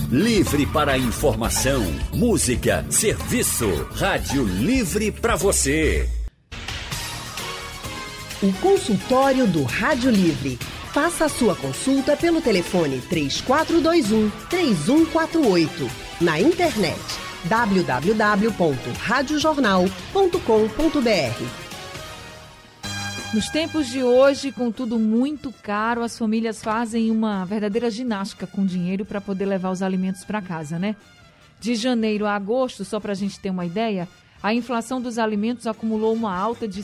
Livre para informação, música, serviço. Rádio Livre para você. O consultório do Rádio Livre. Faça a sua consulta pelo telefone 3421-3148. Na internet www.radiojornal.com.br. Nos tempos de hoje, com tudo muito caro, as famílias fazem uma verdadeira ginástica com dinheiro para poder levar os alimentos para casa, né? De janeiro a agosto, só para a gente ter uma ideia, a inflação dos alimentos acumulou uma alta de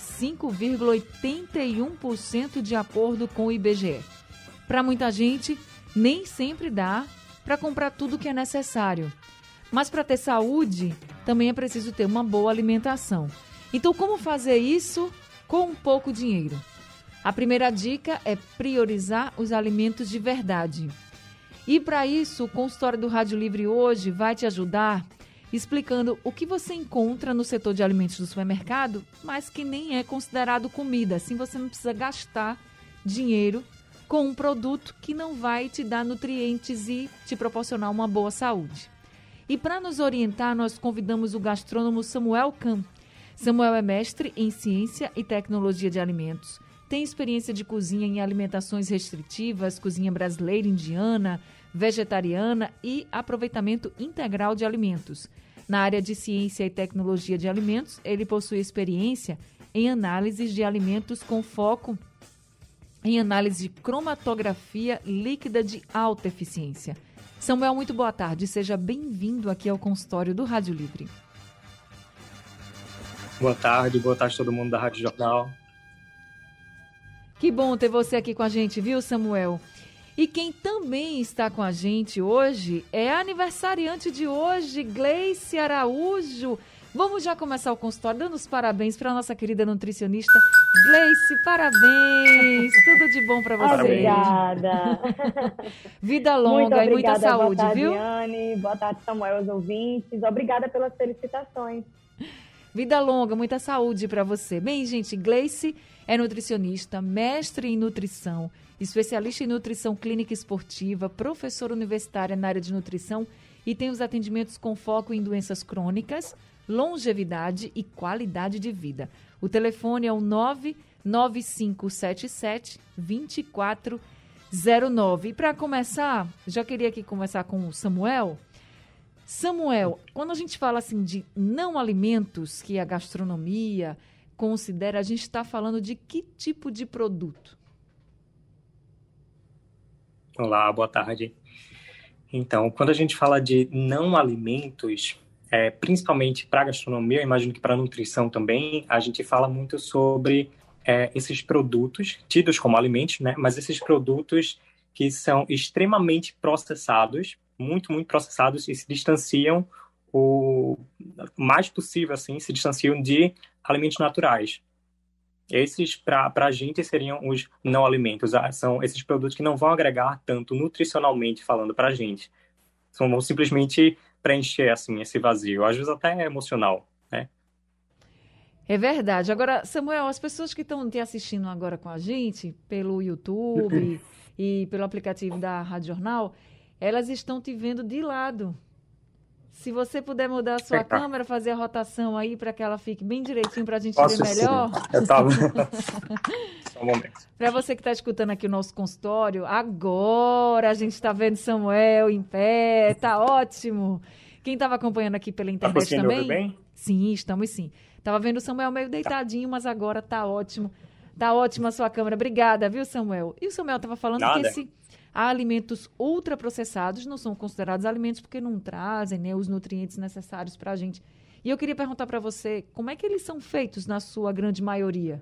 5,81% de acordo com o IBGE. Para muita gente, nem sempre dá para comprar tudo o que é necessário. Mas para ter saúde, também é preciso ter uma boa alimentação. Então, como fazer isso com pouco dinheiro? A primeira dica é priorizar os alimentos de verdade. E para isso, o consultório do Rádio Livre hoje vai te ajudar explicando o que você encontra no setor de alimentos do supermercado, mas que nem é considerado comida. Assim você não precisa gastar dinheiro com um produto que não vai te dar nutrientes e te proporcionar uma boa saúde. E para nos orientar, nós convidamos o gastrônomo Samuel Kahn. Samuel é mestre em Ciência e Tecnologia de Alimentos. Tem experiência de cozinha em alimentações restritivas, cozinha brasileira, indiana, vegetariana e aproveitamento integral de alimentos. Na área de Ciência e Tecnologia de Alimentos, ele possui experiência em análises de alimentos com foco em análise de cromatografia líquida de alta eficiência. Samuel, muito boa tarde. Seja bem-vindo aqui ao consultório do Rádio Livre. Boa tarde a todo mundo da Rádio Jornal. Que bom ter você aqui com a gente, viu, Samuel? E quem também está com a gente hoje é a aniversariante de hoje, Gleice Araújo. Vamos já começar o consultório dando os parabéns para a nossa querida nutricionista. Gleice, parabéns! Tudo de bom para você. Obrigada. Vida longa e muita saúde, boa tarde, viu? Anne. Boa tarde, Samuel, aos ouvintes. Obrigada pelas felicitações. Vida longa, muita saúde para você. Bem, gente, Gleice é nutricionista, mestre em nutrição, especialista em nutrição clínica esportiva, professora universitária na área de nutrição e tem os atendimentos com foco em doenças crônicas, longevidade e qualidade de vida. O telefone é o 99577-2409. E para começar, já queria aqui começar com o Samuel. Samuel, quando a gente fala assim de não alimentos que a gastronomia considera, a gente está falando de que tipo de produto? Olá, boa tarde. Então, quando a gente fala de não alimentos, principalmente para a gastronomia, eu imagino que para a nutrição também, a gente fala muito sobre esses produtos tidos como alimentos, né? Mas esses produtos que são extremamente processados, muito processados e se distanciam o mais possível, assim, se distanciam de alimentos naturais. Esses, para a gente, seriam os não alimentos. São esses produtos que não vão agregar tanto nutricionalmente falando para a gente. Vão simplesmente preencher, assim, esse vazio. Às vezes até é emocional, né? É verdade. Agora, Samuel, as pessoas que estão te assistindo agora com a gente, pelo YouTube e pelo aplicativo da Rádio Jornal, elas estão te vendo de lado. Se você puder mudar a sua câmera, fazer a rotação aí para que ela fique bem direitinho para a gente ver melhor. Eu tava... Só um momento. Para você que está escutando aqui o nosso consultório, agora a gente está vendo Samuel em pé, tá ótimo. Quem estava acompanhando aqui pela internet também? Ouvir bem? Sim, estamos sim. Estava vendo o Samuel meio deitadinho, mas agora tá ótimo. Tá ótima a sua câmera. Obrigada, viu, Samuel? E o Samuel estava falando que alimentos ultraprocessados não são considerados alimentos porque não trazem, né, os nutrientes necessários para a gente. E eu queria perguntar para você, como é que eles são feitos na sua grande maioria?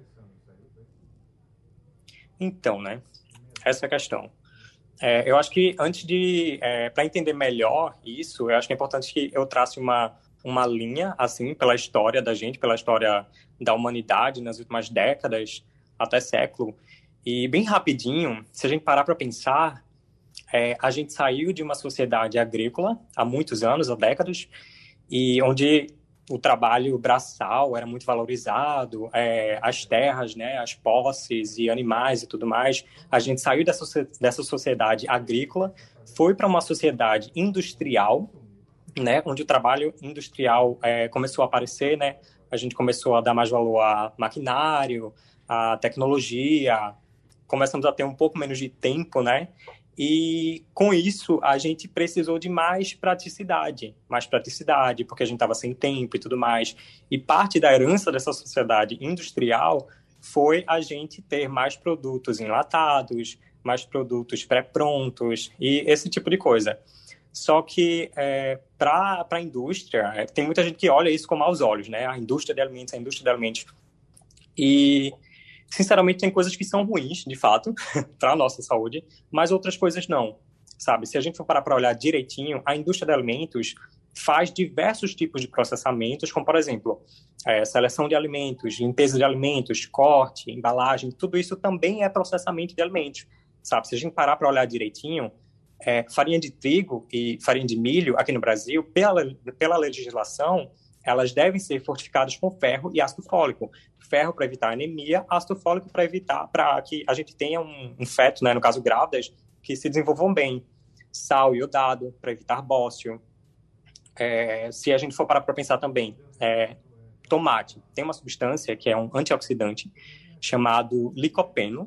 Então, né, essa é a questão. Eu acho que antes de, para entender melhor isso, eu acho que é importante que eu trace uma linha, assim, pela história da gente, pela história da humanidade nas últimas décadas, até século. E bem rapidinho, se a gente parar para pensar, a gente saiu de uma sociedade agrícola há muitos anos, há décadas, e onde o trabalho braçal era muito valorizado, as terras, né, as posses e animais e tudo mais. A gente saiu dessa sociedade agrícola foi para uma sociedade industrial, né, onde o trabalho industrial começou a aparecer, né, a gente começou a dar mais valor a maquinário, a tecnologia, começamos a ter um pouco menos de tempo, né, e com isso a gente precisou de mais praticidade, porque a gente estava sem tempo e tudo mais, e parte da herança dessa sociedade industrial foi a gente ter mais produtos enlatados, mais produtos pré-prontos e esse tipo de coisa. Só que para a indústria, tem muita gente que olha isso com maus olhos, né? A indústria de alimentos. E, sinceramente, tem coisas que são ruins, de fato, para a nossa saúde, mas outras coisas não, sabe? Se a gente for parar para olhar direitinho, a indústria de alimentos faz diversos tipos de processamentos, como, por exemplo, seleção de alimentos, limpeza de alimentos, corte, embalagem, tudo isso também é processamento de alimentos, sabe? Se a gente parar para olhar direitinho, farinha de trigo e farinha de milho aqui no Brasil, pela legislação, elas devem ser fortificadas com ferro e ácido fólico. Ferro para evitar anemia, ácido fólico para que a gente tenha um feto, né, no caso grávidas, que se desenvolvam bem. Sal iodado para evitar bócio. Se a gente for parar para pensar também, tomate tem uma substância que é um antioxidante chamado licopeno.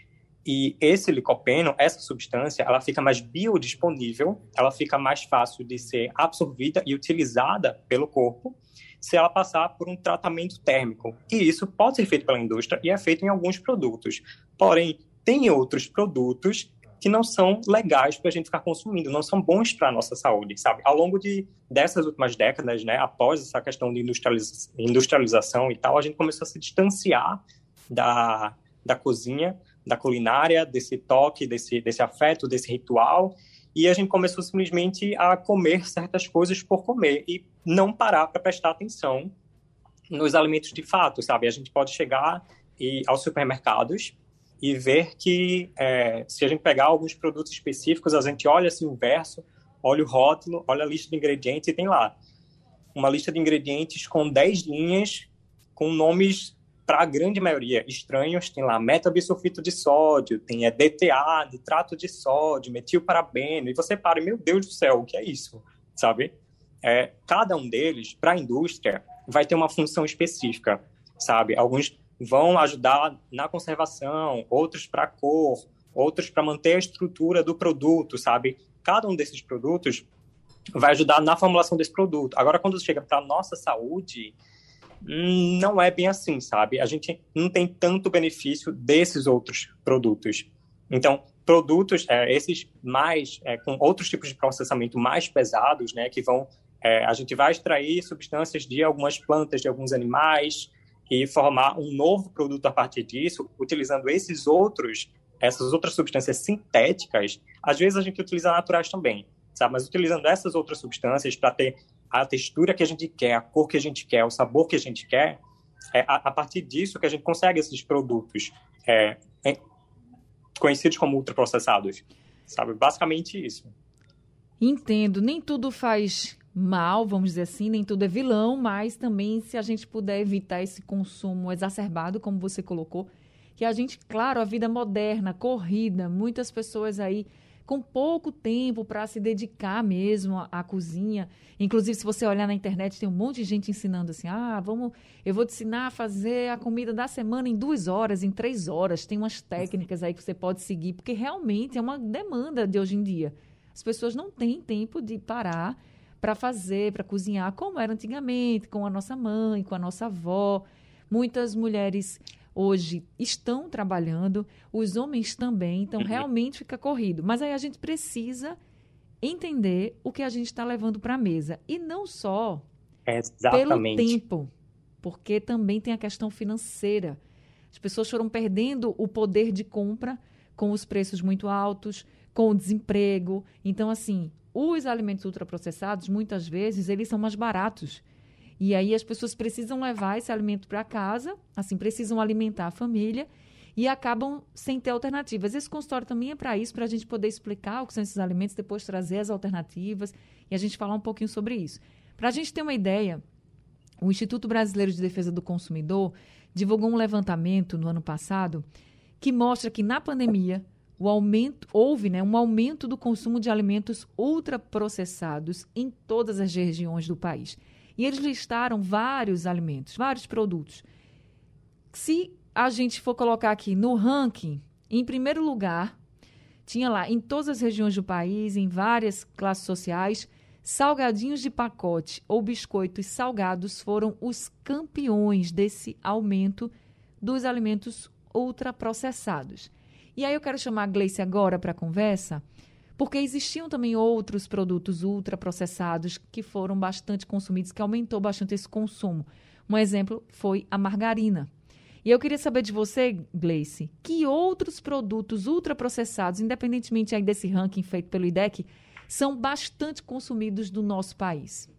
E esse licopeno, essa substância, ela fica mais biodisponível, ela fica mais fácil de ser absorvida e utilizada pelo corpo se ela passar por um tratamento térmico. E isso pode ser feito pela indústria e é feito em alguns produtos. Porém, tem outros produtos que não são legais para a gente ficar consumindo, não são bons para a nossa saúde, sabe? Ao longo dessas últimas décadas, né, após essa questão de industrialização e tal, a gente começou a se distanciar da cozinha, da culinária, desse toque, desse afeto, desse ritual, e a gente começou simplesmente a comer certas coisas por comer e não parar para prestar atenção nos alimentos de fato, sabe? A gente pode chegar aos supermercados e ver que se a gente pegar alguns produtos específicos, a gente olha assim o verso, olha o rótulo, olha a lista de ingredientes e tem lá uma lista de ingredientes com 10 linhas com nomes, para a grande maioria, estranhos. Tem lá metabisulfito de sódio, tem DTA, nitrato de sódio, metilparabeno, e você para, meu Deus do céu, o que é isso, sabe? Cada um deles, para a indústria, vai ter uma função específica, sabe? Alguns vão ajudar na conservação, outros para a cor, outros para manter a estrutura do produto, sabe? Cada um desses produtos vai ajudar na formulação desse produto. Agora, quando chega para a nossa saúde, não é bem assim, sabe? A gente não tem tanto benefício desses outros produtos. Então, produtos, esses mais, com outros tipos de processamento mais pesados, né, que vão, a gente vai extrair substâncias de algumas plantas, de alguns animais, e formar um novo produto a partir disso, utilizando essas outras substâncias sintéticas. Às vezes a gente utiliza naturais também, sabe? Mas utilizando essas outras substâncias para ter a textura que a gente quer, a cor que a gente quer, o sabor que a gente quer, a partir disso que a gente consegue esses produtos conhecidos como ultraprocessados, sabe? Basicamente isso. Entendo. Nem tudo faz mal, vamos dizer assim, nem tudo é vilão, mas também se a gente puder evitar esse consumo exacerbado, como você colocou, que a gente, claro, a vida moderna, corrida, muitas pessoas aí com pouco tempo para se dedicar mesmo à cozinha. Inclusive, se você olhar na internet, tem um monte de gente ensinando assim, eu vou te ensinar a fazer a comida da semana em 2 horas, em 3 horas. Tem umas técnicas aí que você pode seguir, porque realmente é uma demanda de hoje em dia. As pessoas não têm tempo de parar para fazer, para cozinhar, como era antigamente, com a nossa mãe, com a nossa avó. Muitas mulheres hoje estão trabalhando, os homens também, então realmente fica corrido. Mas aí a gente precisa entender o que a gente está levando para a mesa. E não só pelo tempo, porque também tem a questão financeira. As pessoas foram perdendo o poder de compra com os preços muito altos, com o desemprego. Então, assim, os alimentos ultraprocessados, muitas vezes, eles são mais baratos. E aí as pessoas precisam levar esse alimento para casa, assim, precisam alimentar a família e acabam sem ter alternativas. Esse consultório também é para isso, para a gente poder explicar o que são esses alimentos, depois trazer as alternativas e a gente falar um pouquinho sobre isso. Para a gente ter uma ideia, o Instituto Brasileiro de Defesa do Consumidor divulgou um levantamento no ano passado que mostra que na pandemia houve, né, um aumento do consumo de alimentos ultraprocessados em todas as regiões do país. E eles listaram vários alimentos, vários produtos. Se a gente for colocar aqui no ranking, em primeiro lugar, tinha lá em todas as regiões do país, em várias classes sociais, salgadinhos de pacote ou biscoitos salgados foram os campeões desse aumento dos alimentos ultraprocessados. E aí eu quero chamar a Gleice agora para a conversa, porque existiam também outros produtos ultraprocessados que foram bastante consumidos, que aumentou bastante esse consumo. Um exemplo foi a margarina. E eu queria saber de você, Gleice, que outros produtos ultraprocessados, independentemente aí desse ranking feito pelo IDEC, são bastante consumidos no nosso país?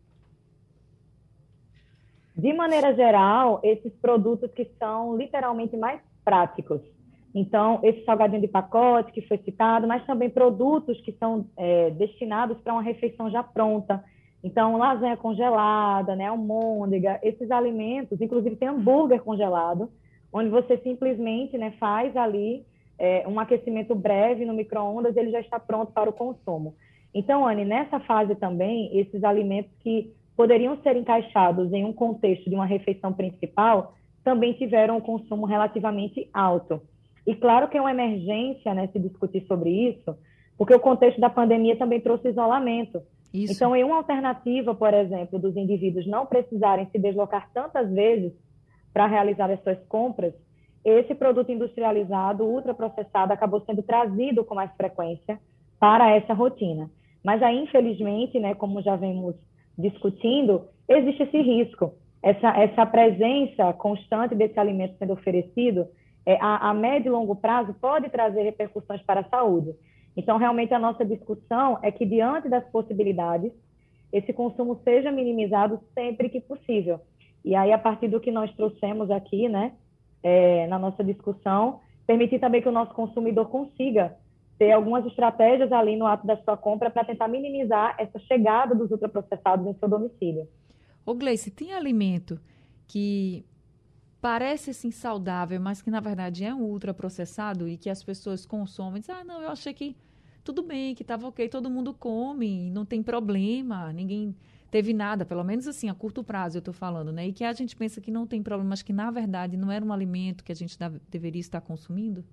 De maneira geral, esses produtos que são literalmente mais práticos. Então, esse salgadinho de pacote que foi citado, mas também produtos que são destinados para uma refeição já pronta. Então, lasanha congelada, né, almôndega, esses alimentos, inclusive tem hambúrguer congelado, onde você simplesmente, né, faz ali um aquecimento breve no micro-ondas, ele já está pronto para o consumo. Então, Anne, nessa fase também, esses alimentos que poderiam ser encaixados em um contexto de uma refeição principal, também tiveram um consumo relativamente alto. E claro que é uma emergência, né, se discutir sobre isso, porque o contexto da pandemia também trouxe isolamento. Isso. Então, em uma alternativa, por exemplo, dos indivíduos não precisarem se deslocar tantas vezes para realizar as suas compras, esse produto industrializado, ultraprocessado, acabou sendo trazido com mais frequência para essa rotina. Mas aí, infelizmente, né, como já vemos discutindo, existe esse risco. Essa presença constante desse alimento sendo oferecido, a médio e longo prazo, pode trazer repercussões para a saúde. Então, realmente, a nossa discussão é que, diante das possibilidades, esse consumo seja minimizado sempre que possível. E aí, a partir do que nós trouxemos aqui, né, na nossa discussão, permitir também que o nosso consumidor consiga ter algumas estratégias ali no ato da sua compra para tentar minimizar essa chegada dos ultraprocessados em seu domicílio. Ô Gleice, tem alimento que parece assim saudável, mas que na verdade é um ultraprocessado e que as pessoas consomem e dizem, não, eu achei que tudo bem, que estava ok, todo mundo come, não tem problema, ninguém teve nada, pelo menos assim, a curto prazo eu estou falando, né? E que a gente pensa que não tem problema, mas que na verdade não era um alimento que a gente deveria estar consumindo?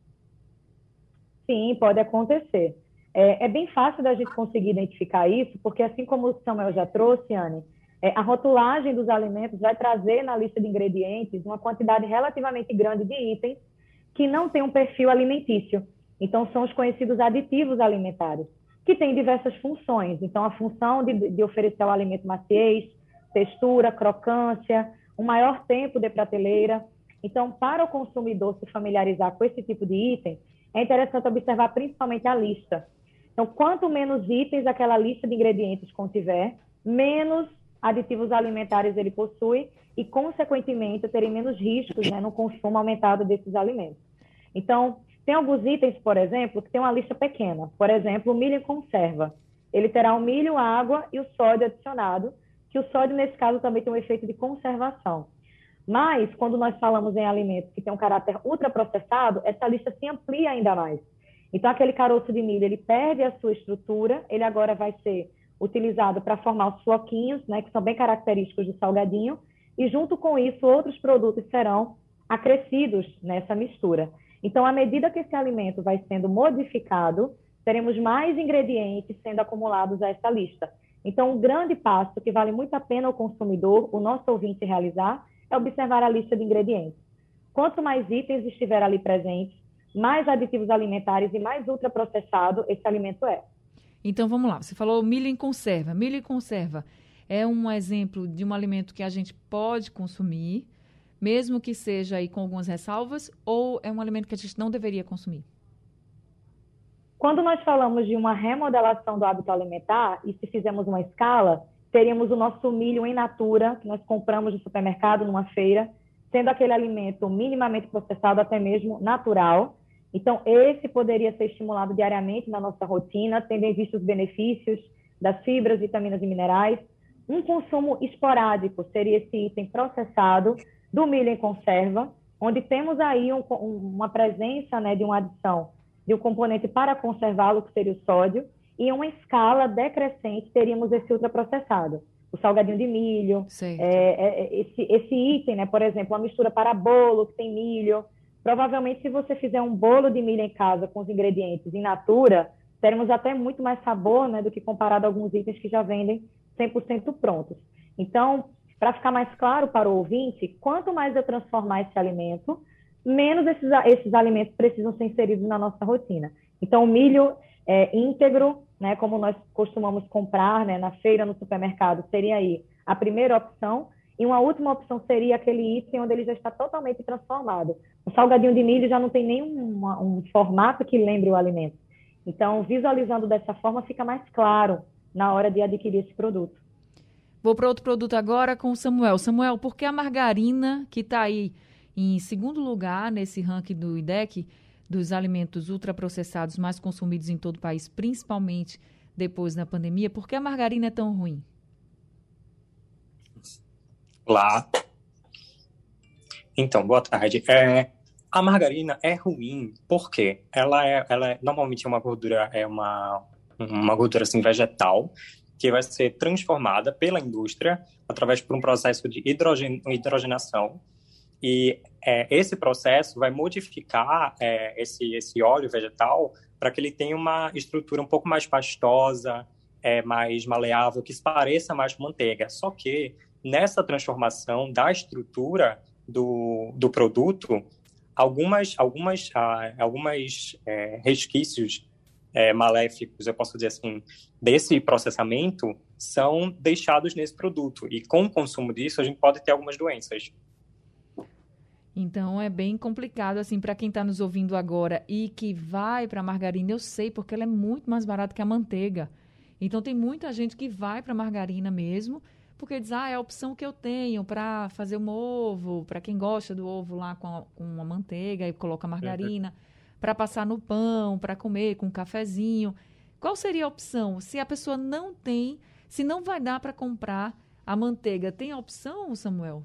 Sim, pode acontecer. É bem fácil da gente conseguir identificar isso, porque assim como o Samuel já trouxe, Anne, a rotulagem dos alimentos vai trazer na lista de ingredientes uma quantidade relativamente grande de itens que não tem um perfil alimentício. Então, são os conhecidos aditivos alimentares, que têm diversas funções. Então, a função de oferecer ao alimento maciez, textura, crocância, um maior tempo de prateleira. Então, para o consumidor se familiarizar com esse tipo de item, é interessante observar principalmente a lista. Então, quanto menos itens aquela lista de ingredientes contiver, menos aditivos alimentares ele possui e, consequentemente, terem menos riscos, né, no consumo aumentado desses alimentos. Então, tem alguns itens, por exemplo, que tem uma lista pequena. Por exemplo, o milho em conserva. Ele terá o milho, água e o sódio adicionado, que o sódio, nesse caso, também tem um efeito de conservação. Mas, quando nós falamos em alimentos que têm um caráter ultraprocessado, essa lista se amplia ainda mais. Então, aquele caroço de milho, ele perde a sua estrutura, ele agora vai ser utilizado para formar os floquinhos, né, que são bem característicos do salgadinho, e junto com isso, outros produtos serão acrescidos nessa mistura. Então, à medida que esse alimento vai sendo modificado, teremos mais ingredientes sendo acumulados a essa lista. Então, um grande passo que vale muito a pena ao consumidor, o nosso ouvinte realizar, é observar a lista de ingredientes. Quanto mais itens estiver ali presentes, mais aditivos alimentares e mais ultraprocessado esse alimento é. Então, vamos lá. Você falou milho em conserva. Milho em conserva é um exemplo de um alimento que a gente pode consumir, mesmo que seja aí com algumas ressalvas, ou é um alimento que a gente não deveria consumir? Quando nós falamos de uma remodelação do hábito alimentar, e se fizermos uma escala, teríamos o nosso milho in natura, que nós compramos no supermercado, numa feira, sendo aquele alimento minimamente processado, até mesmo natural. Então, esse poderia ser estimulado diariamente na nossa rotina, tendo em vista os benefícios das fibras, vitaminas e minerais. Um consumo esporádico seria esse item processado do milho em conserva, onde temos aí uma presença, né, de uma adição de um componente para conservá-lo, que seria o sódio, e em uma escala decrescente teríamos esse ultraprocessado. O salgadinho de milho, esse item, né? Por exemplo, uma mistura para bolo que tem milho. Provavelmente, se você fizer um bolo de milho em casa com os ingredientes in natura, teremos até muito mais sabor, né, do que comparado a alguns itens que já vendem 100% prontos. Então, para ficar mais claro para o ouvinte, quanto mais eu transformar esse alimento, menos esses alimentos precisam ser inseridos na nossa rotina. Então, o milho íntegro, né, como nós costumamos comprar, né, na feira, no supermercado, seria aí a primeira opção. E uma última opção seria aquele item onde ele já está totalmente transformado. O salgadinho de milho já não tem nenhum formato que lembre o alimento. Então, visualizando dessa forma, fica mais claro na hora de adquirir esse produto. Vou para outro produto agora com o Samuel. Samuel, por que a margarina, que está aí em segundo lugar nesse ranking do IDEC, dos alimentos ultraprocessados mais consumidos em todo o país, principalmente depois da pandemia, por que a margarina é tão ruim? Olá. Então, boa tarde. A margarina é ruim porque ela é normalmente uma gordura, uma gordura assim, vegetal, que vai ser transformada pela indústria através de um processo de hidrogenação. E esse processo vai modificar esse óleo vegetal para que ele tenha uma estrutura um pouco mais pastosa, mais maleável, que se pareça mais com manteiga. Só que nessa transformação da estrutura do produto, algumas resquícios maléficos, eu posso dizer assim, desse processamento são deixados nesse produto. E com o consumo disso, a gente pode ter algumas doenças. Então, é bem complicado, assim, para quem está nos ouvindo agora e que vai para a margarina, eu sei, porque ela é muito mais barata que a manteiga. Então, tem muita gente que vai para a margarina mesmo, porque diz, é a opção que eu tenho para fazer um ovo, para quem gosta do ovo lá com uma manteiga e coloca margarina, para passar no pão, para comer com um cafezinho. Qual seria a opção? Se a pessoa não tem, se não vai dar para comprar a manteiga, tem a opção, Samuel?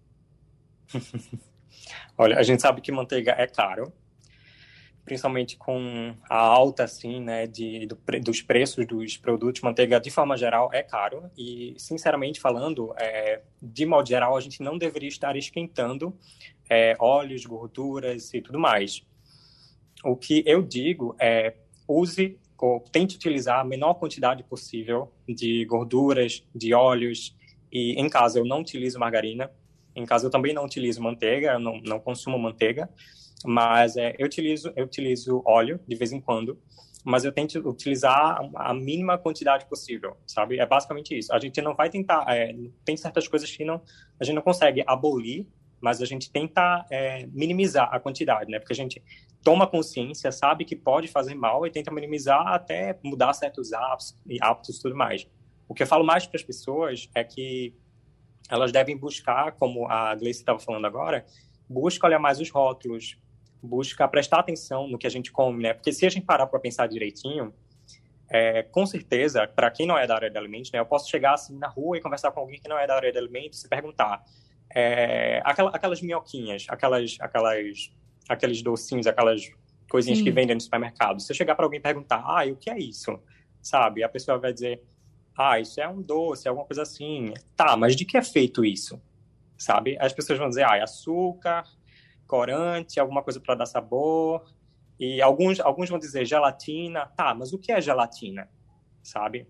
Olha, a gente sabe que manteiga é caro, principalmente com a alta, assim, né, dos preços dos produtos. Manteiga, de forma geral, é caro e, sinceramente falando, de modo geral, a gente não deveria estar esquentando óleos, gorduras e tudo mais. O que eu digo use ou tente utilizar a menor quantidade possível de gorduras, de óleos, e em casa eu não utilizo margarina. Em casa eu também não utilizo manteiga, eu não consumo manteiga, mas eu utilizo óleo de vez em quando, mas eu tento utilizar a mínima quantidade possível, sabe? É basicamente isso. A gente não vai tentar... tem certas coisas que a gente não consegue abolir, mas a gente tenta minimizar a quantidade, né? Porque a gente toma consciência, sabe que pode fazer mal e tenta minimizar até mudar certos hábitos e tudo mais. O que eu falo mais para as pessoas é que elas devem buscar, como a Gleice estava falando agora, busca olhar mais os rótulos, busca prestar atenção no que a gente come, né? Porque se a gente parar para pensar direitinho, com certeza, para quem não é da área de alimentos, né, eu posso chegar assim na rua e conversar com alguém que não é da área de alimentos e perguntar aquelas minhoquinhas, aqueles docinhos, aquelas coisinhas que vendem no supermercado. Se eu chegar para alguém e perguntar, o que é isso? Sabe? A pessoa vai dizer, isso é um doce, alguma coisa assim. Tá, mas de que é feito isso? Sabe? As pessoas vão dizer, é açúcar, corante, alguma coisa para dar sabor. E alguns vão dizer gelatina. Tá, mas o que é gelatina? Sabe?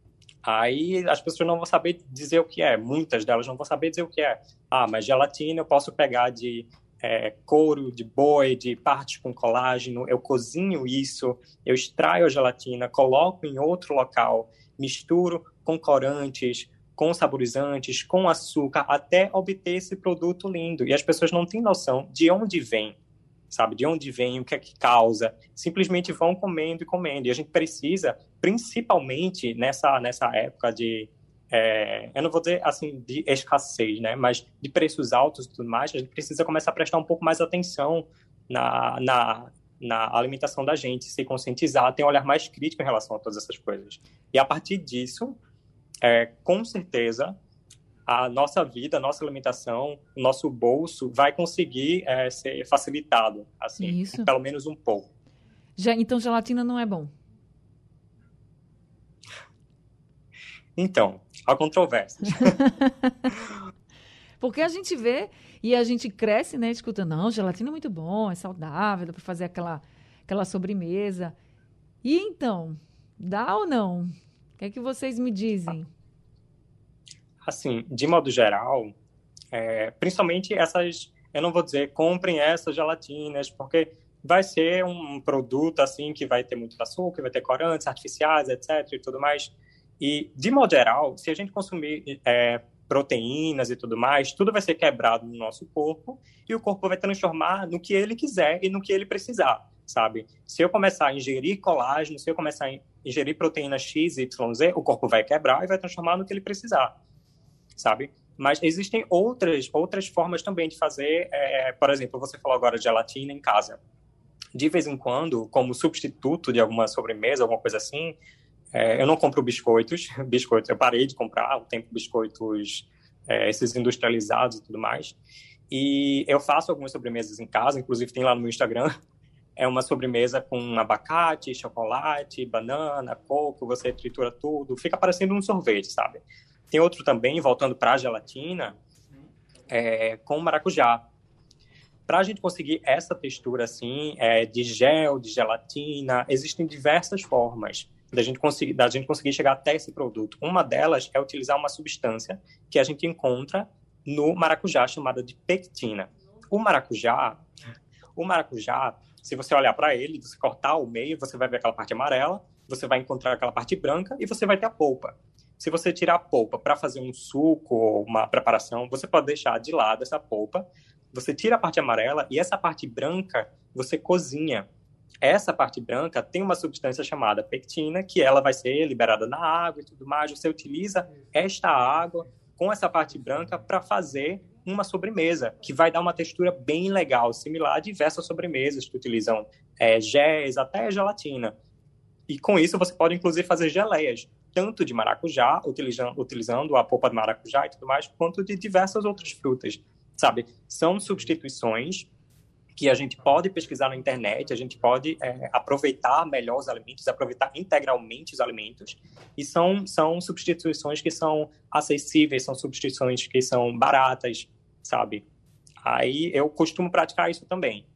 Aí as pessoas não vão saber dizer o que é. Muitas delas não vão saber dizer o que é. Mas gelatina eu posso pegar de couro de boi, de partes com colágeno. Eu cozinho isso, eu extraio a gelatina, coloco em outro local, misturo com corantes, com saborizantes, com açúcar, até obter esse produto lindo. E as pessoas não têm noção de onde vem, sabe? De onde vem, o que é que causa. Simplesmente vão comendo e comendo. E a gente precisa, principalmente nessa época de... eu não vou dizer, assim, de escassez, né? Mas de preços altos e tudo mais, a gente precisa começar a prestar um pouco mais atenção na alimentação da gente, se conscientizar, ter um olhar mais crítico em relação a todas essas coisas. E a partir disso, com certeza, a nossa vida, a nossa alimentação, o nosso bolso vai conseguir ser facilitado, assim, pelo menos um pouco. Então, gelatina não é bom? Então, há controvérsias. Porque a gente vê e a gente cresce, né, escutando, não, gelatina é muito bom, é saudável, dá para fazer aquela sobremesa. E então, dá ou não? O que é que vocês me dizem? Assim, de modo geral, principalmente essas, eu não vou dizer comprem essas gelatinas, porque vai ser um produto assim que vai ter muito açúcar, vai ter corantes artificiais, etc. e tudo mais. E, de modo geral, se a gente consumir proteínas e tudo mais, tudo vai ser quebrado no nosso corpo e o corpo vai transformar no que ele quiser e no que ele precisar, sabe? Se eu começar a ingerir colágeno, se eu começar a ingerir proteína X, Y, Z, o corpo vai quebrar e vai transformar no que ele precisar, sabe? Mas existem outras formas também de fazer, por exemplo, você falou agora de gelatina em casa. De vez em quando, como substituto de alguma sobremesa, alguma coisa assim, eu não compro biscoitos, eu parei de comprar há um tempo biscoitos, esses industrializados e tudo mais, e eu faço algumas sobremesas em casa, inclusive tem lá no meu Instagram, é uma sobremesa com abacate, chocolate, banana, coco, você tritura tudo, fica parecendo um sorvete, sabe? Tem outro também, voltando para a gelatina, com maracujá. Para a gente conseguir essa textura assim, de gel, de gelatina, existem diversas formas da gente conseguir chegar até esse produto. Uma delas é utilizar uma substância que a gente encontra no maracujá, chamada de pectina. O maracujá, se você olhar para ele, você cortar ao meio, você vai ver aquela parte amarela, você vai encontrar aquela parte branca e você vai ter a polpa. Se você tirar a polpa para fazer um suco ou uma preparação, você pode deixar de lado essa polpa, você tira a parte amarela e essa parte branca você cozinha. Essa parte branca tem uma substância chamada pectina, que ela vai ser liberada na água e tudo mais. Você utiliza esta água com essa parte branca para fazer uma sobremesa, que vai dar uma textura bem legal, similar a diversas sobremesas que utilizam géis, até gelatina. E com isso você pode, inclusive, fazer geleias, tanto de maracujá, utilizando a polpa de maracujá e tudo mais, quanto de diversas outras frutas, sabe? São substituições que a gente pode pesquisar na internet, a gente pode aproveitar melhor os alimentos, aproveitar integralmente os alimentos, e são substituições que são acessíveis, são substituições que são baratas, sabe? Aí eu costumo praticar isso também.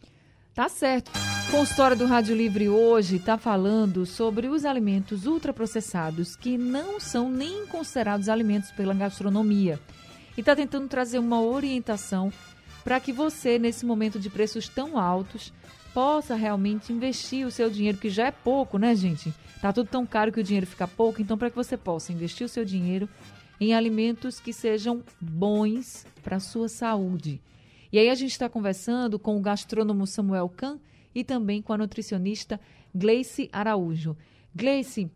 Tá certo. O consultório do Rádio Livre hoje está falando sobre os alimentos ultraprocessados que não são nem considerados alimentos pela gastronomia. E está tentando trazer uma orientação para que você, nesse momento de preços tão altos, possa realmente investir o seu dinheiro, que já é pouco, né, gente? Tá tudo tão caro que o dinheiro fica pouco, então para que você possa investir o seu dinheiro em alimentos que sejam bons para a sua saúde. E aí a gente está conversando com o gastrônomo Samuel Kahn e também com a nutricionista Gleice Araújo. Gleice,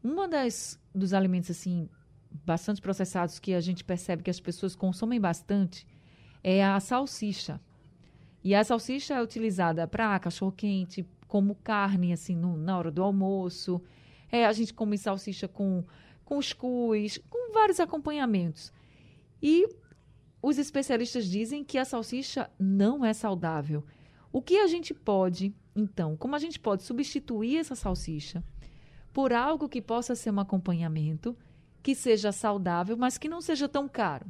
dos alimentos assim bastante processados que a gente percebe que as pessoas consomem bastante é a salsicha. E a salsicha é utilizada para cachorro-quente, como carne, assim, na hora do almoço. A gente come salsicha com cuscuz, com vários acompanhamentos. E os especialistas dizem que a salsicha não é saudável. O que a gente pode, então, como a gente pode substituir essa salsicha por algo que possa ser um acompanhamento, que seja saudável, mas que não seja tão caro?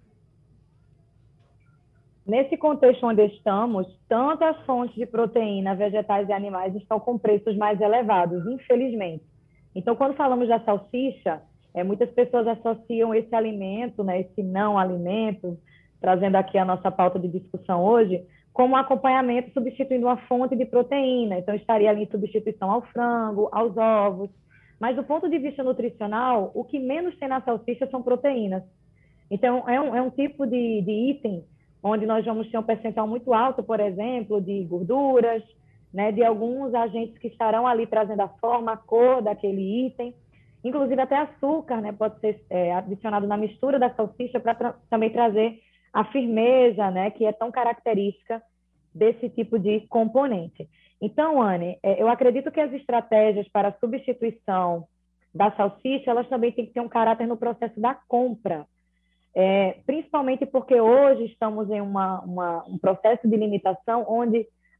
Nesse contexto onde estamos, tantas fontes de proteína, vegetais e animais estão com preços mais elevados, infelizmente. Então, quando falamos da salsicha, muitas pessoas associam esse alimento, né, esse não alimento, trazendo aqui a nossa pauta de discussão hoje, como um acompanhamento substituindo uma fonte de proteína. Então, estaria ali em substituição ao frango, aos ovos. Mas, do ponto de vista nutricional, o que menos tem na salsicha são proteínas. Então, é um tipo de item onde nós vamos ter um percentual muito alto, por exemplo, de gorduras, né, de alguns agentes que estarão ali trazendo a forma, a cor daquele item. Inclusive, até açúcar, né, pode ser adicionado na mistura da salsicha para também trazer a firmeza, né, que é tão característica desse tipo de componente. Então, Anne, eu acredito que as estratégias para a substituição da salsicha, elas também têm que ter um caráter no processo da compra. Principalmente porque hoje estamos em um processo de limitação onde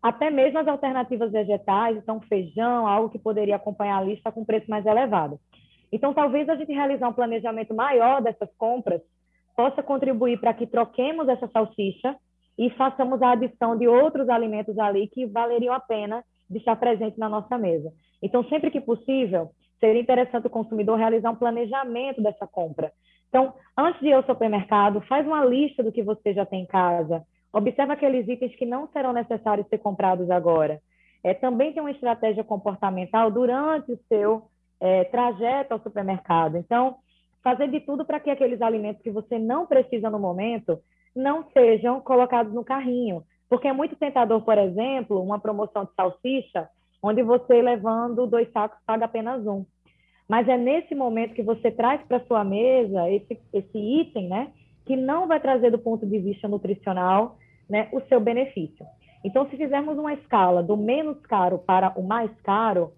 até mesmo as alternativas vegetais, então feijão, algo que poderia acompanhar a lista com preço mais elevado. Então, talvez a gente realizar um planejamento maior dessas compras possa contribuir para que troquemos essa salsicha e façamos a adição de outros alimentos ali que valeriam a pena de estar presente na nossa mesa. Então, sempre que possível, seria interessante o consumidor realizar um planejamento dessa compra. Então, antes de ir ao supermercado, faz uma lista do que você já tem em casa. Observa aqueles itens que não serão necessários ser comprados agora. Também tem uma estratégia comportamental durante o seu trajeto ao supermercado. Então, fazer de tudo para que aqueles alimentos que você não precisa no momento não sejam colocados no carrinho. Porque é muito tentador, por exemplo, uma promoção de salsicha, onde você, levando 2 sacos, paga apenas 1. Mas é nesse momento que você traz para a sua mesa esse item, né, que não vai trazer do ponto de vista nutricional, né, o seu benefício. Então, se fizermos uma escala do menos caro para o mais caro,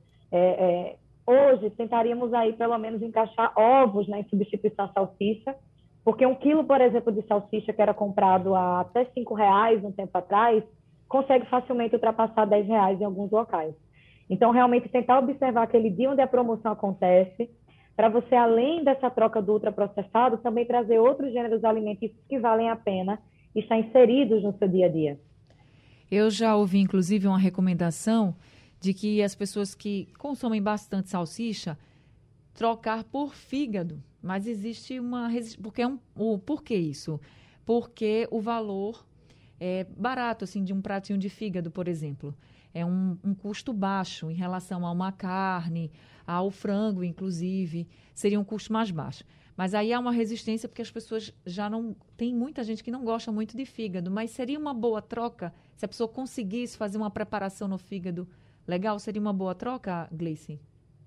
hoje tentaríamos aí pelo menos encaixar ovos, né, em substituição à salsicha, porque 1 quilo, por exemplo, de salsicha que era comprado a até R$5 um tempo atrás, consegue facilmente ultrapassar R$10 em alguns locais. Então, realmente, tentar observar aquele dia onde a promoção acontece, para você, além dessa troca do ultraprocessado, também trazer outros gêneros alimentícios que valem a pena estar inseridos no seu dia a dia. Eu já ouvi, inclusive, uma recomendação de que as pessoas que consomem bastante salsicha, trocar por fígado. Mas existe uma... Por que isso? Porque o valor é barato, assim, de um pratinho de fígado, por exemplo. É um custo baixo em relação a uma carne, ao frango, inclusive. Seria um custo mais baixo. Mas aí há uma resistência porque as pessoas já não... Tem muita gente que não gosta muito de fígado, mas seria uma boa troca se a pessoa conseguisse fazer uma preparação no fígado legal? Seria uma boa troca, Gleice?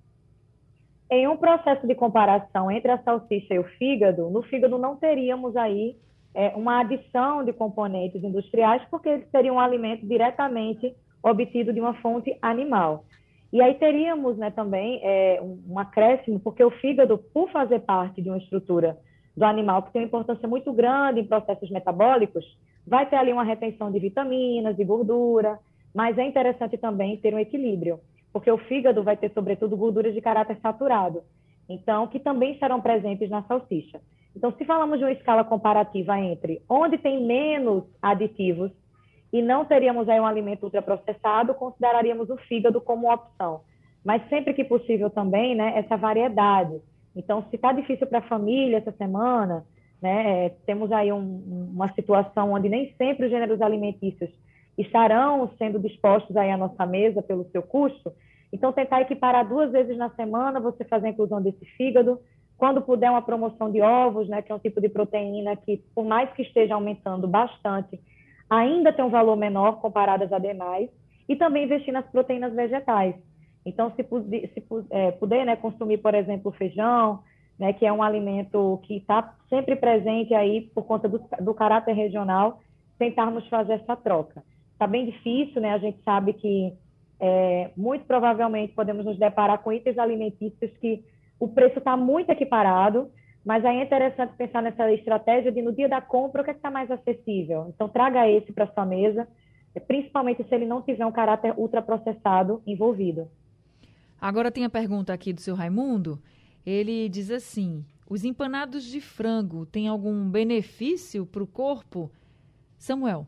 Em um processo de comparação entre a salsicha e o fígado, no fígado não teríamos aí uma adição de componentes industriais, porque eles seriam um alimento diretamente obtido de uma fonte animal. E aí teríamos, né, também um acréscimo, porque o fígado, por fazer parte de uma estrutura do animal que tem uma importância muito grande em processos metabólicos, vai ter ali uma retenção de vitaminas, de gordura, mas é interessante também ter um equilíbrio, porque o fígado vai ter, sobretudo, gorduras de caráter saturado, então, que também estarão presentes na salsicha. Então, se falamos de uma escala comparativa entre onde tem menos aditivos e não teríamos aí um alimento ultraprocessado, consideraríamos o fígado como uma opção. Mas sempre que possível também, né, essa variedade. Então, se está difícil para a família essa semana, né, temos aí uma situação onde nem sempre os gêneros alimentícios estarão sendo dispostos aí à nossa mesa pelo seu custo. Então, tentar equiparar 2 vezes na semana, você fazer a inclusão desse fígado. Quando puder, uma promoção de ovos, né, que é um tipo de proteína que, por mais que esteja aumentando bastante, ainda tem um valor menor comparado às demais. E também investir nas proteínas vegetais. Então, se puder, né, consumir, por exemplo, o feijão, né, que é um alimento que está sempre presente aí por conta do caráter regional, tentarmos fazer essa troca. Está bem difícil, né? A gente sabe que muito provavelmente podemos nos deparar com itens alimentícios que o preço está muito equiparado, mas aí é interessante pensar nessa estratégia de, no dia da compra, o que está mais acessível. Então, traga esse para a sua mesa, principalmente se ele não tiver um caráter ultraprocessado envolvido. Agora tem a pergunta aqui do seu Raimundo. Ele diz assim: os empanados de frango têm algum benefício para o corpo? Samuel.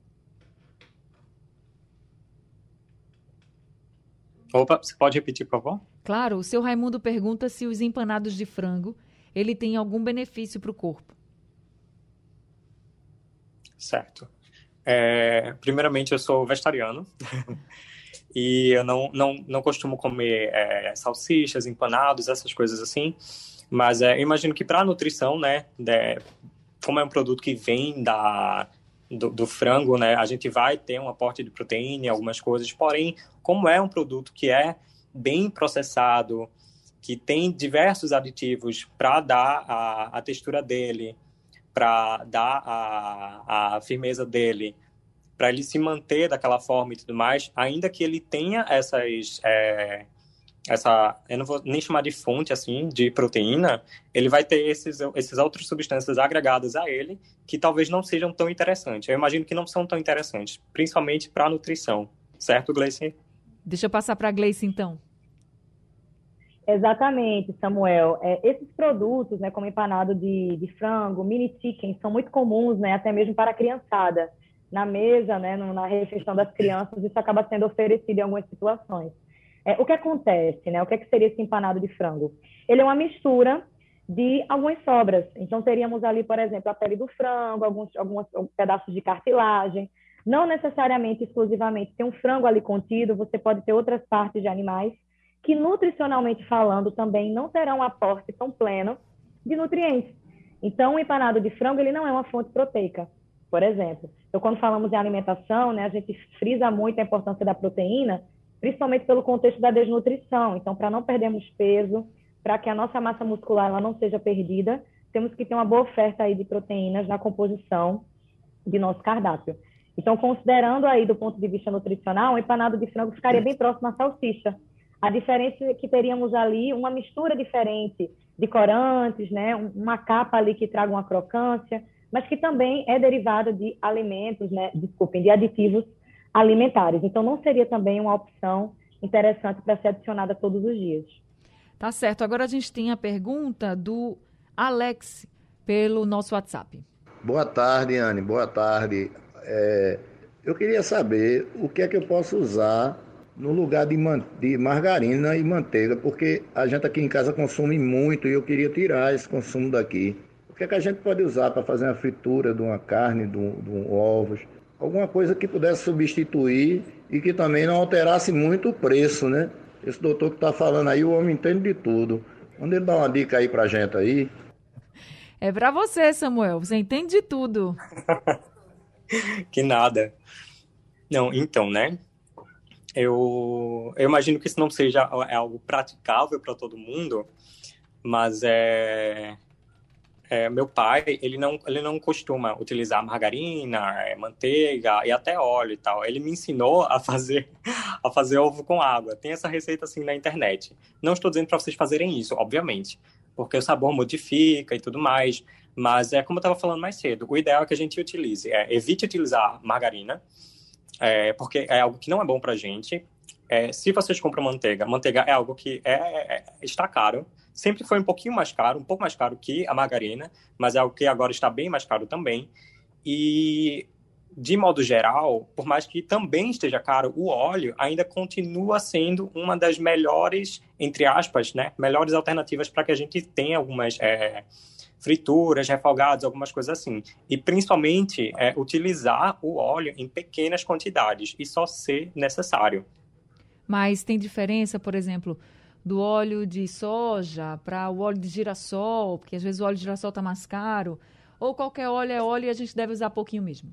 Opa, você pode repetir, por favor? Claro, o seu Raimundo pergunta se os empanados de frango, ele tem algum benefício para o corpo. Certo. Primeiramente, eu sou vegetariano e eu não costumo comer salsichas, empanados, essas coisas assim, mas eu imagino que para a nutrição, né, como é um produto que vem do frango, né, a gente vai ter um aporte de proteína e algumas coisas, porém, como é um produto que é bem processado, que tem diversos aditivos para dar a textura dele, para dar a firmeza dele, para ele se manter daquela forma e tudo mais, ainda que ele tenha eu não vou nem chamar de fonte assim de proteína, ele vai ter esses outras substâncias agregadas a ele que talvez não sejam tão interessantes. Eu imagino que não são tão interessantes, principalmente para a nutrição. Certo, Gleice? Deixa eu passar para a Gleice, então. Exatamente, Samuel. Esses produtos, né, como empanado de frango, mini chicken, são muito comuns, né, até mesmo para a criançada. Na mesa, né, na refeição das crianças, isso acaba sendo oferecido em algumas situações. O que acontece, né? O que seria esse empanado de frango? Ele é uma mistura de algumas sobras. Então, teríamos ali, por exemplo, a pele do frango, alguns pedaços de cartilagem. Não necessariamente, exclusivamente, tem um frango ali contido, você pode ter outras partes de animais que, nutricionalmente falando, também não terão um aporte tão pleno de nutrientes. Então, o empanado de frango, ele não é uma fonte proteica, por exemplo. Então, quando falamos em alimentação, né, a gente frisa muito a importância da proteína, principalmente pelo contexto da desnutrição. Então, para não perdermos peso, para que a nossa massa muscular ela não seja perdida, temos que ter uma boa oferta aí de proteínas na composição de nosso cardápio. Então, considerando aí do ponto de vista nutricional, o empanado de frango ficaria bem próximo à salsicha. A diferença é que teríamos ali uma mistura diferente de corantes, né? Uma capa ali que traga uma crocância, mas que também é derivada de alimentos, né? De aditivos alimentares. Então, não seria também uma opção interessante para ser adicionada todos os dias. Tá certo. Agora a gente tem a pergunta do Alex pelo nosso WhatsApp. Boa tarde, Anne. Boa tarde. Eu queria saber o que é que eu posso usar no lugar de margarina e manteiga, porque a gente aqui em casa consome muito e eu queria tirar esse consumo daqui. O que é que a gente pode usar para fazer uma fritura de uma carne, de um ovos? Alguma coisa que pudesse substituir e que também não alterasse muito o preço, né? Esse doutor que está falando aí, o homem entende de tudo. Quando ele dá uma dica aí pra gente aí. É para você, Samuel. Você entende de tudo. Que nada. Não, então, né? Eu imagino que isso não seja algo praticável para todo mundo, mas meu pai, ele não costuma utilizar margarina, manteiga e até óleo e tal. Ele me ensinou a fazer ovo com água. Tem essa receita assim na internet. Não estou dizendo para vocês fazerem isso, obviamente, porque o sabor modifica e tudo mais. Mas como eu estava falando mais cedo, o ideal é que a gente evite utilizar margarina, porque é algo que não é bom para a gente. Se vocês compram manteiga é algo que está caro. Sempre foi um pouco mais caro que a margarina, mas é algo que agora está bem mais caro também. E, de modo geral, por mais que também esteja caro, o óleo ainda continua sendo uma das melhores, entre aspas, né, melhores alternativas para que a gente tenha algumas frituras, refogados, algumas coisas assim. E, principalmente, utilizar o óleo em pequenas quantidades e só ser necessário. Mas tem diferença, por exemplo, do óleo de soja para o óleo de girassol, porque às vezes o óleo de girassol está mais caro, ou qualquer óleo é óleo e a gente deve usar pouquinho mesmo?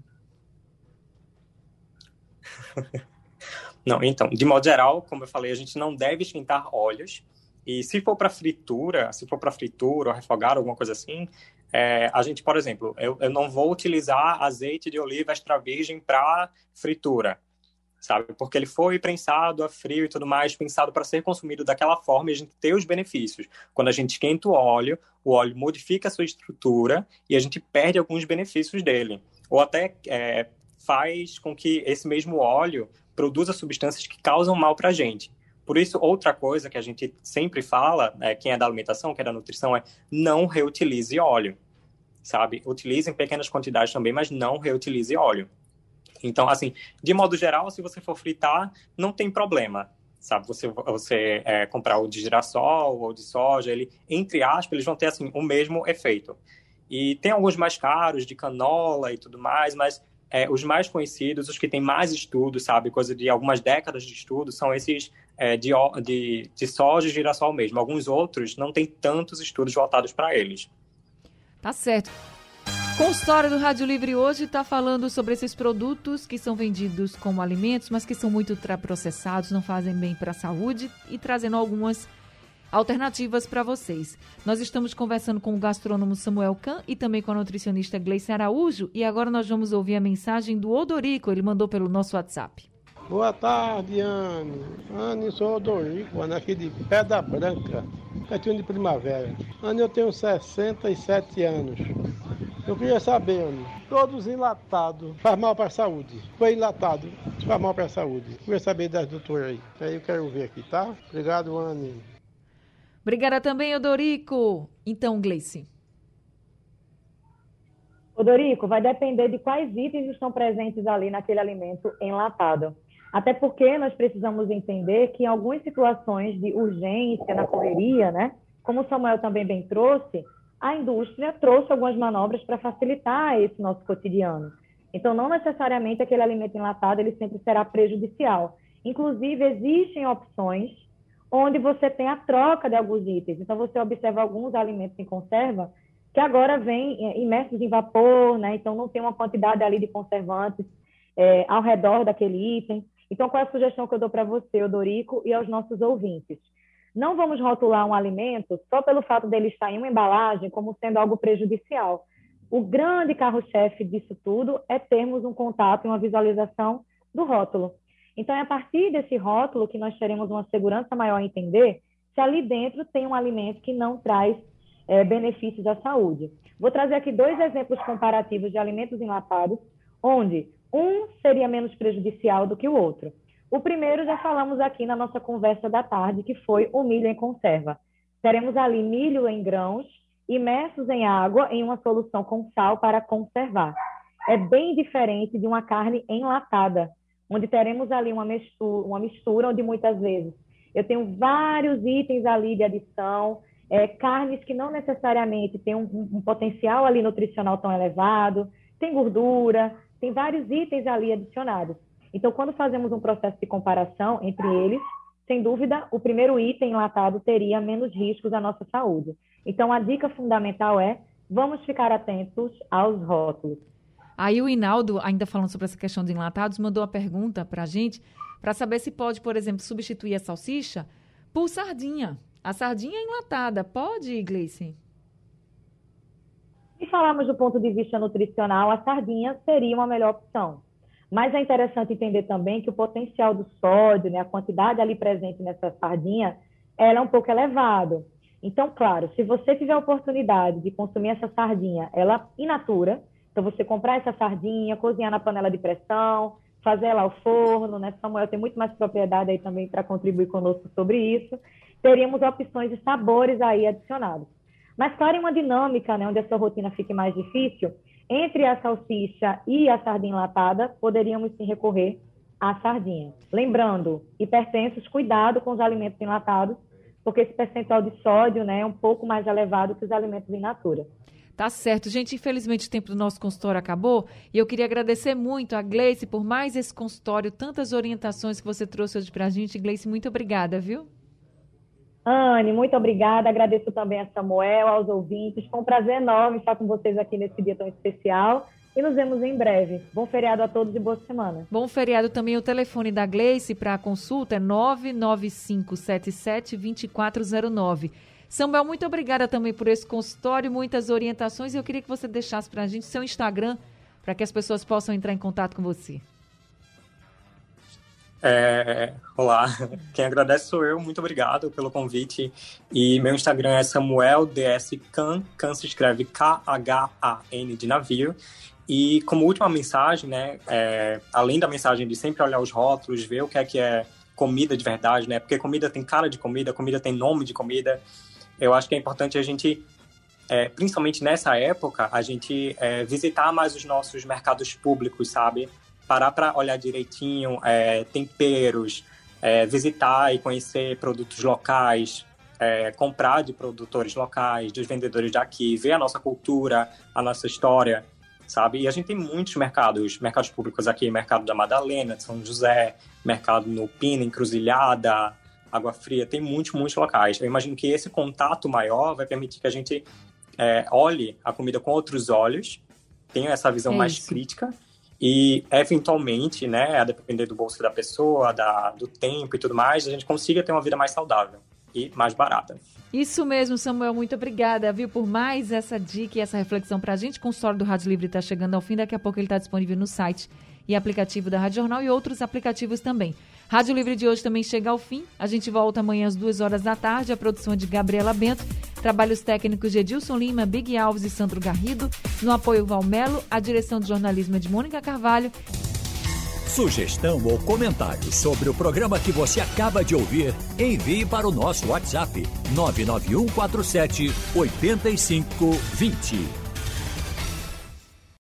Não, então, de modo geral, como eu falei, a gente não deve esquentar óleos, e se for para fritura ou refogar, alguma coisa assim, a gente, por exemplo, eu não vou utilizar azeite de oliva extra virgem para fritura, sabe? Porque ele foi prensado a frio e tudo mais, pensado para ser consumido daquela forma e a gente ter os benefícios. Quando a gente esquenta o óleo modifica a sua estrutura e a gente perde alguns benefícios dele. Ou até faz com que esse mesmo óleo produza substâncias que causam mal para a gente. Por isso, outra coisa que a gente sempre fala, quem é da alimentação, quem é da nutrição, não reutilize óleo, sabe? Utilize em pequenas quantidades também, mas não reutilize óleo. Então, assim, de modo geral, se você for fritar, não tem problema, sabe? Você comprar o de girassol ou de soja, entre aspas, eles vão ter, assim, o mesmo efeito. E tem alguns mais caros, de canola e tudo mais, mas os mais conhecidos, os que têm mais estudos, sabe? Coisa de algumas décadas de estudo, são esses de soja e girassol mesmo. Alguns outros não têm tantos estudos voltados para eles. Tá certo. O consultório do Rádio Livre hoje está falando sobre esses produtos que são vendidos como alimentos, mas que são muito ultraprocessados, não fazem bem para a saúde, e trazendo algumas alternativas para vocês. Nós estamos conversando com o gastrônomo Samuel Kahn e também com a nutricionista Gleice Araújo, e agora nós vamos ouvir a mensagem do Odorico, ele mandou pelo nosso WhatsApp. Boa tarde, Anne. Anne, sou Odorico, aqui de Pedra Branca, pertinho de Primavera. Anne, eu tenho 67 anos. Eu queria saber, Anny, todos enlatados faz mal para a saúde. Foi enlatado, faz mal para a saúde. Eu queria saber das doutoras aí. Aí eu quero ver aqui, tá? Obrigado, Anny. Obrigada também, Odorico. Então, Gleice. Odorico, vai depender de quais itens estão presentes ali naquele alimento enlatado. Até porque nós precisamos entender que em algumas situações de urgência, na correria, né? Como o Samuel também bem trouxe, a indústria trouxe algumas manobras para facilitar esse nosso cotidiano. Então, não necessariamente aquele alimento enlatado ele sempre será prejudicial. Inclusive, existem opções onde você tem a troca de alguns itens. Então, você observa alguns alimentos em conserva que agora vêm imersos em vapor, né? Então não tem uma quantidade ali de conservantes ao redor daquele item. Então, qual é a sugestão que eu dou para você, Odorico, e aos nossos ouvintes? Não vamos rotular um alimento só pelo fato dele estar em uma embalagem como sendo algo prejudicial. O grande carro-chefe disso tudo é termos um contato e uma visualização do rótulo. Então, é a partir desse rótulo que nós teremos uma segurança maior em entender se ali dentro tem um alimento que não traz benefícios à saúde. Vou trazer aqui 2 exemplos comparativos de alimentos enlatados, onde um seria menos prejudicial do que o outro. O primeiro já falamos aqui na nossa conversa da tarde, que foi o milho em conserva. Teremos ali milho em grãos, imersos em água, em uma solução com sal para conservar. É bem diferente de uma carne enlatada, onde teremos ali uma mistura onde muitas vezes eu tenho vários itens ali de adição, carnes que não necessariamente têm um potencial ali nutricional tão elevado, tem gordura, tem vários itens ali adicionados. Então, quando fazemos um processo de comparação entre eles, sem dúvida, o primeiro item enlatado teria menos riscos à nossa saúde. Então, a dica fundamental é, vamos ficar atentos aos rótulos. Aí o Hinaldo, ainda falando sobre essa questão de enlatados, mandou a pergunta para a gente, para saber se pode, por exemplo, substituir a salsicha por sardinha. A sardinha é enlatada, pode, Gleice? Se falarmos do ponto de vista nutricional, a sardinha seria uma melhor opção. Mas é interessante entender também que o potencial do sódio, né, a quantidade ali presente nessa sardinha, ela é um pouco elevado. Então, claro, se você tiver a oportunidade de consumir essa sardinha, ela in natura, então você comprar essa sardinha, cozinhar na panela de pressão, fazer ela ao forno, né? Samuel tem muito mais propriedade aí também para contribuir conosco sobre isso. Teríamos opções de sabores aí adicionados. Mas, claro, em uma dinâmica, né, onde a sua rotina fique mais difícil, entre a salsicha e a sardinha enlatada, poderíamos sim recorrer à sardinha. Lembrando, hipertensos, cuidado com os alimentos enlatados, porque esse percentual de sódio, né, é um pouco mais elevado que os alimentos in natura. Tá certo. Gente, infelizmente o tempo do nosso consultório acabou e eu queria agradecer muito a Gleice por mais esse consultório, tantas orientações que você trouxe hoje pra gente. Gleice, muito obrigada, viu? Anny, muito obrigada. Agradeço também a Samuel, aos ouvintes. Foi um prazer enorme estar com vocês aqui nesse dia tão especial. E nos vemos em breve. Bom feriado a todos e boa semana. Bom feriado também. O telefone da Gleice para a consulta é 99577-2409. Samuel, muito obrigada também por esse consultório, muitas orientações. E eu queria que você deixasse para a gente seu Instagram, para que as pessoas possam entrar em contato com você. Olá, quem agradece sou eu, muito obrigado pelo convite. E meu Instagram é SamuelDSKhan, Khan se escreve Khan de navio. E como última mensagem, né, além da mensagem de sempre olhar os rótulos, ver o que é comida de verdade, né, porque comida tem cara de comida tem nome de comida. Eu acho que é importante a gente, principalmente nessa época, a gente visitar mais os nossos mercados públicos, sabe? Parar para olhar direitinho temperos, visitar e conhecer produtos locais, comprar de produtores locais, dos vendedores daqui, ver a nossa cultura, a nossa história, sabe? E a gente tem muitos mercados públicos aqui, mercado da Madalena, de São José, mercado no Pina, Encruzilhada, Água Fria, tem muitos locais. Eu imagino que esse contato maior vai permitir que a gente olhe a comida com outros olhos, tenha essa visão mais crítica, e, eventualmente, né, a depender do bolso da pessoa, do tempo e tudo mais, a gente consiga ter uma vida mais saudável e mais barata. Isso mesmo, Samuel. Muito obrigada, viu, por mais essa dica e essa reflexão pra gente. O consultório do Rádio Livre está chegando ao fim. Daqui a pouco ele está disponível no site e aplicativo da Rádio Jornal e outros aplicativos também. Rádio Livre de hoje também chega ao fim. A gente volta amanhã às 14h. A produção é de Gabriela Bento. Trabalhos técnicos de Edilson Lima, Big Alves e Sandro Garrido. No apoio Valmelo, a direção de jornalismo é de Mônica Carvalho. Sugestão ou comentário sobre o programa que você acaba de ouvir, envie para o nosso WhatsApp 99147 8520.